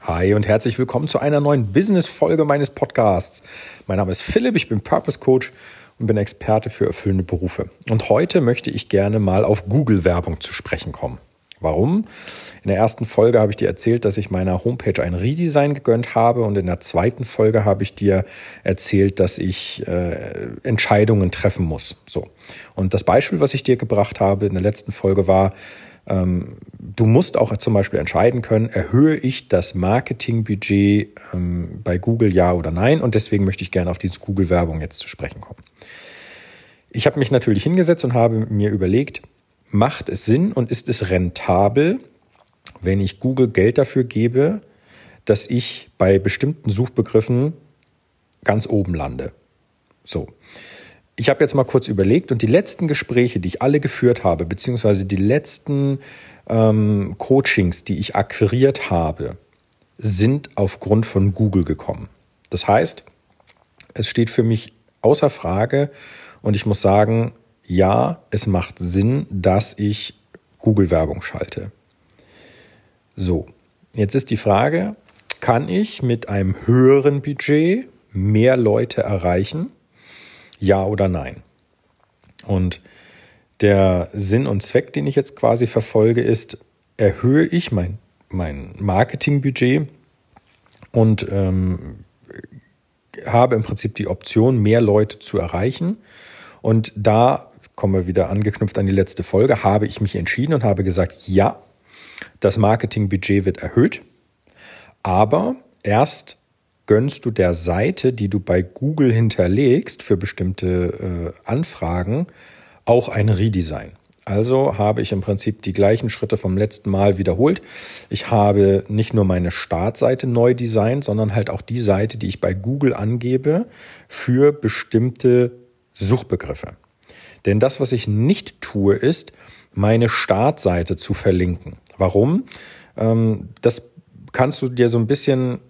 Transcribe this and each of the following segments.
Hi und herzlich willkommen zu einer neuen Business-Folge meines Podcasts. Mein Name ist Philipp, ich bin Purpose Coach und bin Experte für erfüllende Berufe. Und heute möchte ich gerne mal auf Google-Werbung zu sprechen kommen. Warum? In der ersten Folge habe ich dir erzählt, dass ich meiner Homepage ein Redesign gegönnt habe, und in der zweiten Folge habe ich dir erzählt, dass ich Entscheidungen treffen muss. So. Und das Beispiel, was ich dir gebracht habe in der letzten Folge war, du musst auch zum Beispiel entscheiden können, erhöhe ich das Marketingbudget bei Google, ja oder nein? Und deswegen möchte ich gerne auf diese Google-Werbung jetzt zu sprechen kommen. Ich habe mich natürlich hingesetzt und habe mir überlegt, macht es Sinn und ist es rentabel, wenn ich Google Geld dafür gebe, dass ich bei bestimmten Suchbegriffen ganz oben lande? So. Ich habe jetzt mal kurz überlegt und die letzten Gespräche, die ich alle geführt habe, beziehungsweise die letzten Coachings, die ich akquiriert habe, sind aufgrund von Google gekommen. Das heißt, es steht für mich außer Frage und ich muss sagen, ja, es macht Sinn, dass ich Google-Werbung schalte. So, jetzt ist die Frage, kann ich mit einem höheren Budget mehr Leute erreichen? Ja oder nein? Und der Sinn und Zweck, den ich jetzt quasi verfolge, ist, erhöhe ich mein Marketingbudget und habe im Prinzip die Option, mehr Leute zu erreichen. Und da kommen wir wieder angeknüpft an die letzte Folge, habe ich mich entschieden und habe gesagt, ja, das Marketingbudget wird erhöht, aber erst gönnst du der Seite, die du bei Google hinterlegst für bestimmte Anfragen, auch ein Redesign. Also habe ich im Prinzip die gleichen Schritte vom letzten Mal wiederholt. Ich habe nicht nur meine Startseite neu designt, sondern halt auch die Seite, die ich bei Google angebe für bestimmte Suchbegriffe. Denn das, was ich nicht tue, ist, meine Startseite zu verlinken. Warum? Das kannst du dir so ein bisschen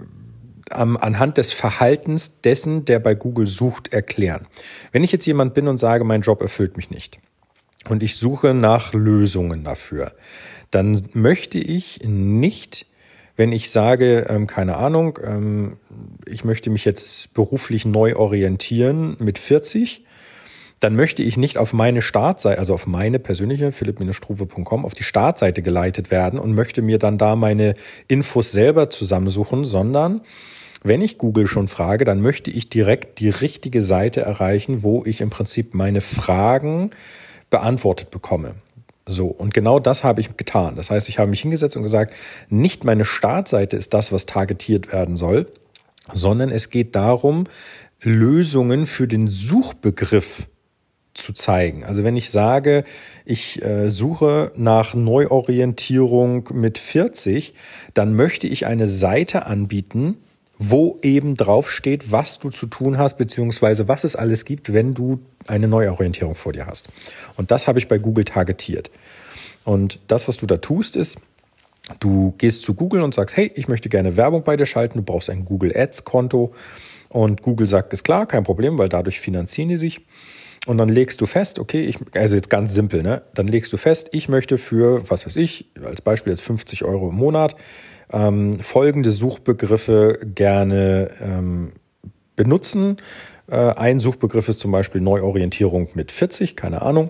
anhand des Verhaltens dessen, der bei Google sucht, erklären. Wenn ich jetzt jemand bin und sage, mein Job erfüllt mich nicht und ich suche nach Lösungen dafür, dann möchte ich nicht, wenn ich sage, keine Ahnung, ich möchte mich jetzt beruflich neu orientieren mit 40, dann möchte ich nicht auf meine Startseite, also auf meine persönliche philipp-struve.com, auf die Startseite geleitet werden und möchte mir dann da meine Infos selber zusammensuchen, sondern wenn ich Google schon frage, dann möchte ich direkt die richtige Seite erreichen, wo ich im Prinzip meine Fragen beantwortet bekomme. So, und genau das habe ich getan. Das heißt, ich habe mich hingesetzt und gesagt, nicht meine Startseite ist das, was targetiert werden soll, sondern es geht darum, Lösungen für den Suchbegriff zu zeigen. Also wenn ich sage, ich suche nach Neuorientierung mit 40, dann möchte ich eine Seite anbieten, wo eben drauf steht, was du zu tun hast, beziehungsweise was es alles gibt, wenn du eine Neuorientierung vor dir hast. Und das habe ich bei Google targetiert. Und das, was du da tust, ist, du gehst zu Google und sagst, hey, ich möchte gerne Werbung bei dir schalten, du brauchst ein Google Ads Konto. Und Google sagt, ist klar, kein Problem, weil dadurch finanzieren die sich. Und dann legst du fest, okay, also jetzt ganz simpel, ne? Dann legst du fest, ich möchte für, was weiß ich, als Beispiel jetzt 50 € im Monat, folgende Suchbegriffe gerne benutzen. Ein Suchbegriff ist zum Beispiel Neuorientierung mit 40, keine Ahnung.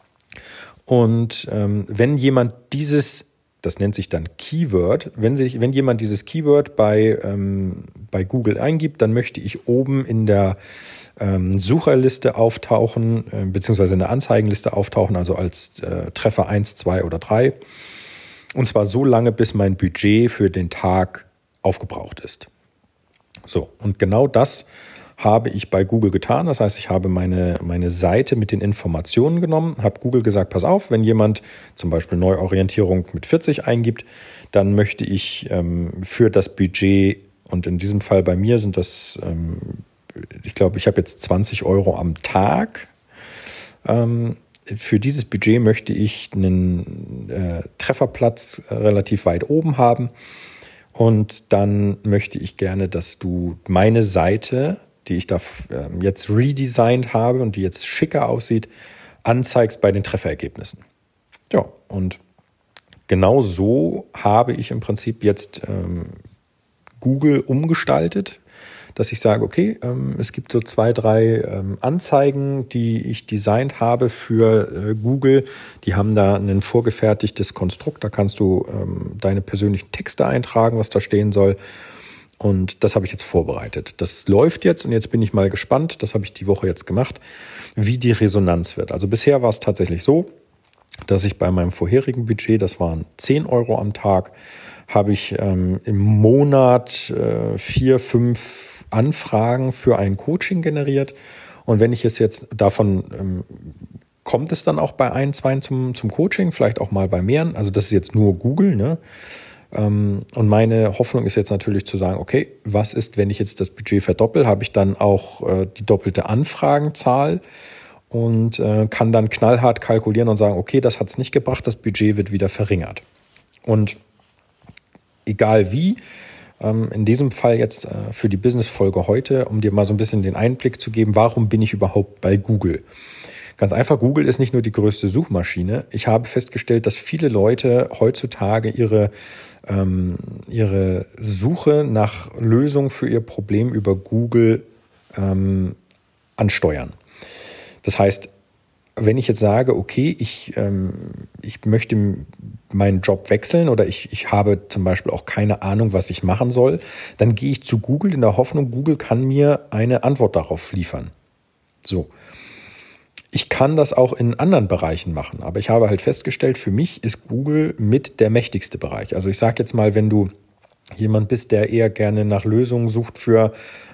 Und wenn jemand das nennt sich dann Keyword, wenn jemand dieses Keyword bei Google eingibt, dann möchte ich oben in der Sucherliste auftauchen, beziehungsweise in der Anzeigenliste auftauchen, also als Treffer 1, 2 oder 3. Und zwar so lange, bis mein Budget für den Tag aufgebraucht ist. So, und genau das habe ich bei Google getan. Das heißt, ich habe meine Seite mit den Informationen genommen, habe Google gesagt, pass auf, wenn jemand zum Beispiel Neuorientierung mit 40 eingibt, dann möchte ich für das Budget, und in diesem Fall bei mir sind das, ich glaube, ich habe jetzt 20 € am Tag. Für dieses Budget möchte ich einen Trefferplatz relativ weit oben haben. Und dann möchte ich gerne, dass du meine Seite, die ich da jetzt redesigned habe und die jetzt schicker aussieht, anzeigst bei den Trefferergebnissen. Ja, und genau so habe ich im Prinzip jetzt Google umgestaltet, dass ich sage, okay, es gibt so 2, 3 Anzeigen, die ich designt habe für Google. Die haben da ein vorgefertigtes Konstrukt. Da kannst du deine persönlichen Texte eintragen, was da stehen soll. Und das habe ich jetzt vorbereitet. Das läuft jetzt und jetzt bin ich mal gespannt, das habe ich die Woche jetzt gemacht, wie die Resonanz wird. Also bisher war es tatsächlich so, dass ich bei meinem vorherigen Budget, das waren 10 Euro am Tag, habe ich im Monat 4, 5 Anfragen für ein Coaching generiert. Und wenn ich es jetzt davon kommt es dann auch bei 1, 2 zum Coaching, vielleicht auch mal bei mehreren. Also das ist jetzt nur Google, ne? Und meine Hoffnung ist jetzt natürlich zu sagen, okay, was ist, wenn ich jetzt das Budget verdoppel, habe ich dann auch die doppelte Anfragenzahl und kann dann knallhart kalkulieren und sagen, okay, das hat es nicht gebracht, das Budget wird wieder verringert. Und egal wie, in diesem Fall jetzt für die Business-Folge heute, um dir mal so ein bisschen den Einblick zu geben, warum bin ich überhaupt bei Google? Ganz einfach, Google ist nicht nur die größte Suchmaschine. Ich habe festgestellt, dass viele Leute heutzutage ihre Suche nach Lösungen für ihr Problem über Google ansteuern. Das heißt, wenn ich jetzt sage, okay, ich möchte meinen Job wechseln oder ich habe zum Beispiel auch keine Ahnung, was ich machen soll, dann gehe ich zu Google in der Hoffnung, Google kann mir eine Antwort darauf liefern. So. Ich kann das auch in anderen Bereichen machen, aber ich habe halt festgestellt, für mich ist Google mit der mächtigste Bereich. Also ich sage jetzt mal, wenn du jemand bist, der eher gerne nach Lösungen sucht für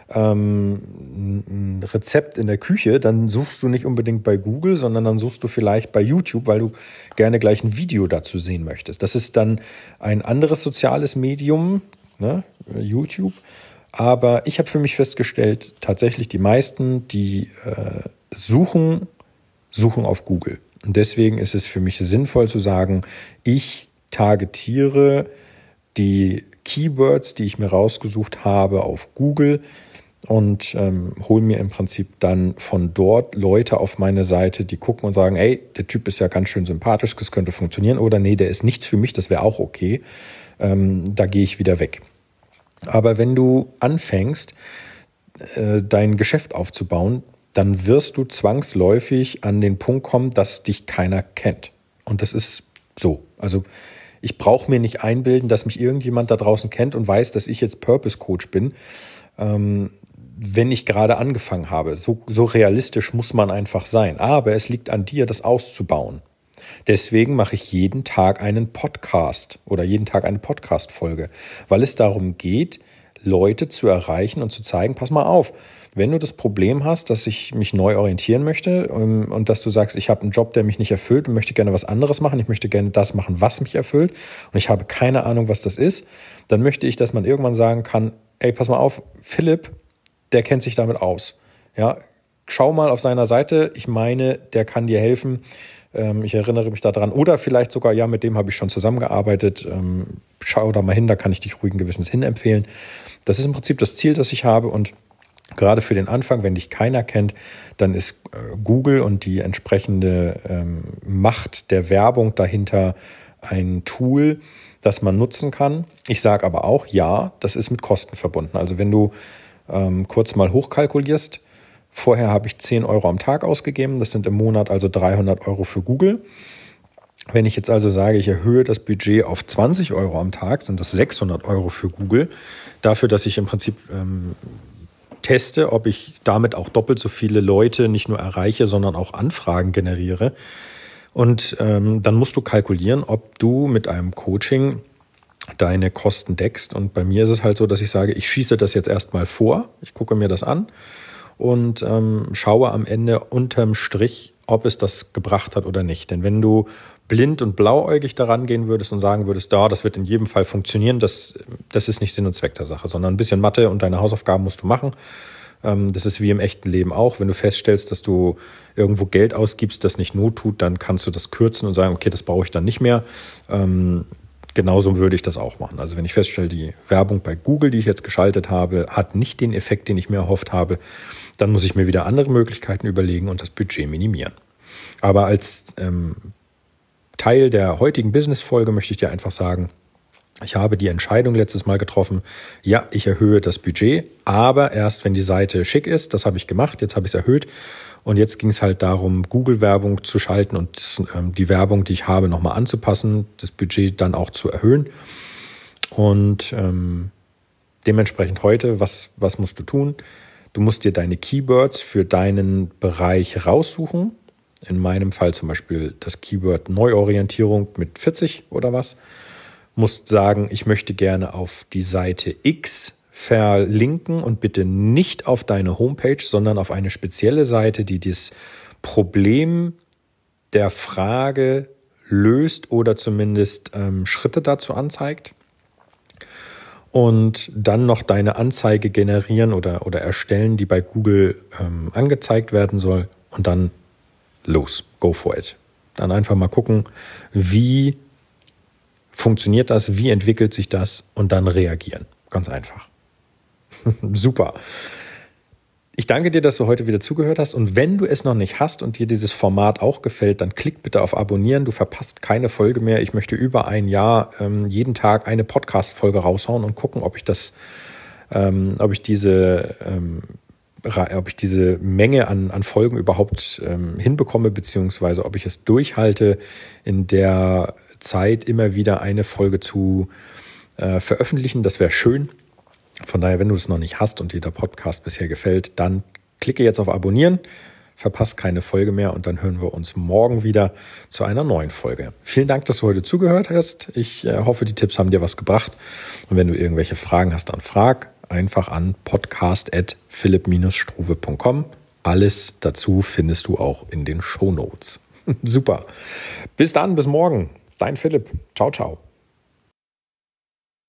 ein Rezept in der Küche, dann suchst du nicht unbedingt bei Google, sondern dann suchst du vielleicht bei YouTube, weil du gerne gleich ein Video dazu sehen möchtest. Das ist dann ein anderes soziales Medium, ne, YouTube. Aber ich habe für mich festgestellt, tatsächlich die meisten, die suchen auf Google. Und deswegen ist es für mich sinnvoll zu sagen, ich targetiere die Keywords, die ich mir rausgesucht habe, auf Google und hole mir im Prinzip dann von dort Leute auf meine Seite, die gucken und sagen, ey, der Typ ist ja ganz schön sympathisch, das könnte funktionieren, oder nee, der ist nichts für mich, das wäre auch okay, da gehe ich wieder weg. Aber wenn du anfängst, dein Geschäft aufzubauen, dann wirst du zwangsläufig an den Punkt kommen, dass dich keiner kennt. Und das ist so. Also ich brauche mir nicht einbilden, dass mich irgendjemand da draußen kennt und weiß, dass ich jetzt Purpose Coach bin, wenn ich gerade angefangen habe. So realistisch muss man einfach sein. Aber es liegt an dir, das auszubauen. Deswegen mache ich jeden Tag einen Podcast oder jeden Tag eine Podcast-Folge, weil es darum geht, Leute zu erreichen und zu zeigen, pass mal auf, wenn du das Problem hast, dass ich mich neu orientieren möchte und dass du sagst, ich habe einen Job, der mich nicht erfüllt und möchte gerne was anderes machen, ich möchte gerne das machen, was mich erfüllt und ich habe keine Ahnung, was das ist, dann möchte ich, dass man irgendwann sagen kann, ey, pass mal auf, Philipp, der kennt sich damit aus. Ja, schau mal auf seiner Seite, ich meine, der kann dir helfen. Ich erinnere mich daran. Oder vielleicht sogar, ja, mit dem habe ich schon zusammengearbeitet. Schau da mal hin, da kann ich dich ruhigen Gewissens hin empfehlen. Das ist im Prinzip das Ziel, das ich habe. Und gerade für den Anfang, wenn dich keiner kennt, dann ist Google und die entsprechende Macht der Werbung dahinter ein Tool, das man nutzen kann. Ich sage aber auch, ja, das ist mit Kosten verbunden. Also wenn du kurz mal hochkalkulierst, vorher habe ich 10 Euro am Tag ausgegeben, das sind im Monat also 300 Euro für Google. Wenn ich jetzt also sage, ich erhöhe das Budget auf 20 Euro am Tag, sind das 600 Euro für Google. Dafür, dass ich im Prinzip teste, ob ich damit auch doppelt so viele Leute nicht nur erreiche, sondern auch Anfragen generiere. Und dann musst du kalkulieren, ob du mit einem Coaching deine Kosten deckst. Und bei mir ist es halt so, dass ich sage, ich schieße das jetzt erstmal vor, ich gucke mir das an und schaue am Ende unterm Strich, ob es das gebracht hat oder nicht. Denn wenn du blind und blauäugig daran gehen würdest und sagen würdest, das wird in jedem Fall funktionieren, das ist nicht Sinn und Zweck der Sache, sondern ein bisschen Mathe und deine Hausaufgaben musst du machen. Das ist wie im echten Leben auch. Wenn du feststellst, dass du irgendwo Geld ausgibst, das nicht Not tut, dann kannst du das kürzen und sagen, okay, das brauche ich dann nicht mehr. Genauso würde ich das auch machen. Also wenn ich feststelle, die Werbung bei Google, die ich jetzt geschaltet habe, hat nicht den Effekt, den ich mir erhofft habe, dann muss ich mir wieder andere Möglichkeiten überlegen und das Budget minimieren. Aber als Teil der heutigen Business-Folge möchte ich dir einfach sagen, Ich habe die Entscheidung letztes Mal getroffen, ja, ich erhöhe das Budget, aber erst, wenn die Seite schick ist. Das habe ich gemacht, jetzt habe ich es erhöht. Und jetzt ging es halt darum, Google-Werbung zu schalten und die Werbung, die ich habe, nochmal anzupassen, das Budget dann auch zu erhöhen. Und dementsprechend heute, was musst du tun? Du musst dir deine Keywords für deinen Bereich raussuchen. In meinem Fall zum Beispiel das Keyword Neuorientierung mit 40 oder was. Musst sagen, ich möchte gerne auf die Seite X verlinken und bitte nicht auf deine Homepage, sondern auf eine spezielle Seite, die das Problem der Frage löst oder zumindest Schritte dazu anzeigt. Und dann noch deine Anzeige generieren oder erstellen, die bei Google angezeigt werden soll. Und dann los, go for it. Dann einfach mal gucken, wie funktioniert das, wie entwickelt sich das und dann reagieren. Ganz einfach. Super. Ich danke dir, dass du heute wieder zugehört hast und wenn du es noch nicht hast und dir dieses Format auch gefällt, dann klick bitte auf Abonnieren. Du verpasst keine Folge mehr. Ich möchte über ein Jahr jeden Tag eine Podcast-Folge raushauen und gucken, ob ich diese Menge an Folgen überhaupt hinbekomme, beziehungsweise ob ich es durchhalte, in der Zeit immer wieder eine Folge zu veröffentlichen. Das wäre schön. Von daher, wenn du es noch nicht hast und dir der Podcast bisher gefällt, dann klicke jetzt auf Abonnieren, verpasst keine Folge mehr und dann hören wir uns morgen wieder zu einer neuen Folge. Vielen Dank, dass du heute zugehört hast. Ich hoffe, die Tipps haben dir was gebracht. Und wenn du irgendwelche Fragen hast, dann frag einfach an podcast@philipp-struve.com. Alles dazu findest du auch in den Shownotes. Super. Bis dann, bis morgen. Dein Philipp. Ciao, ciao.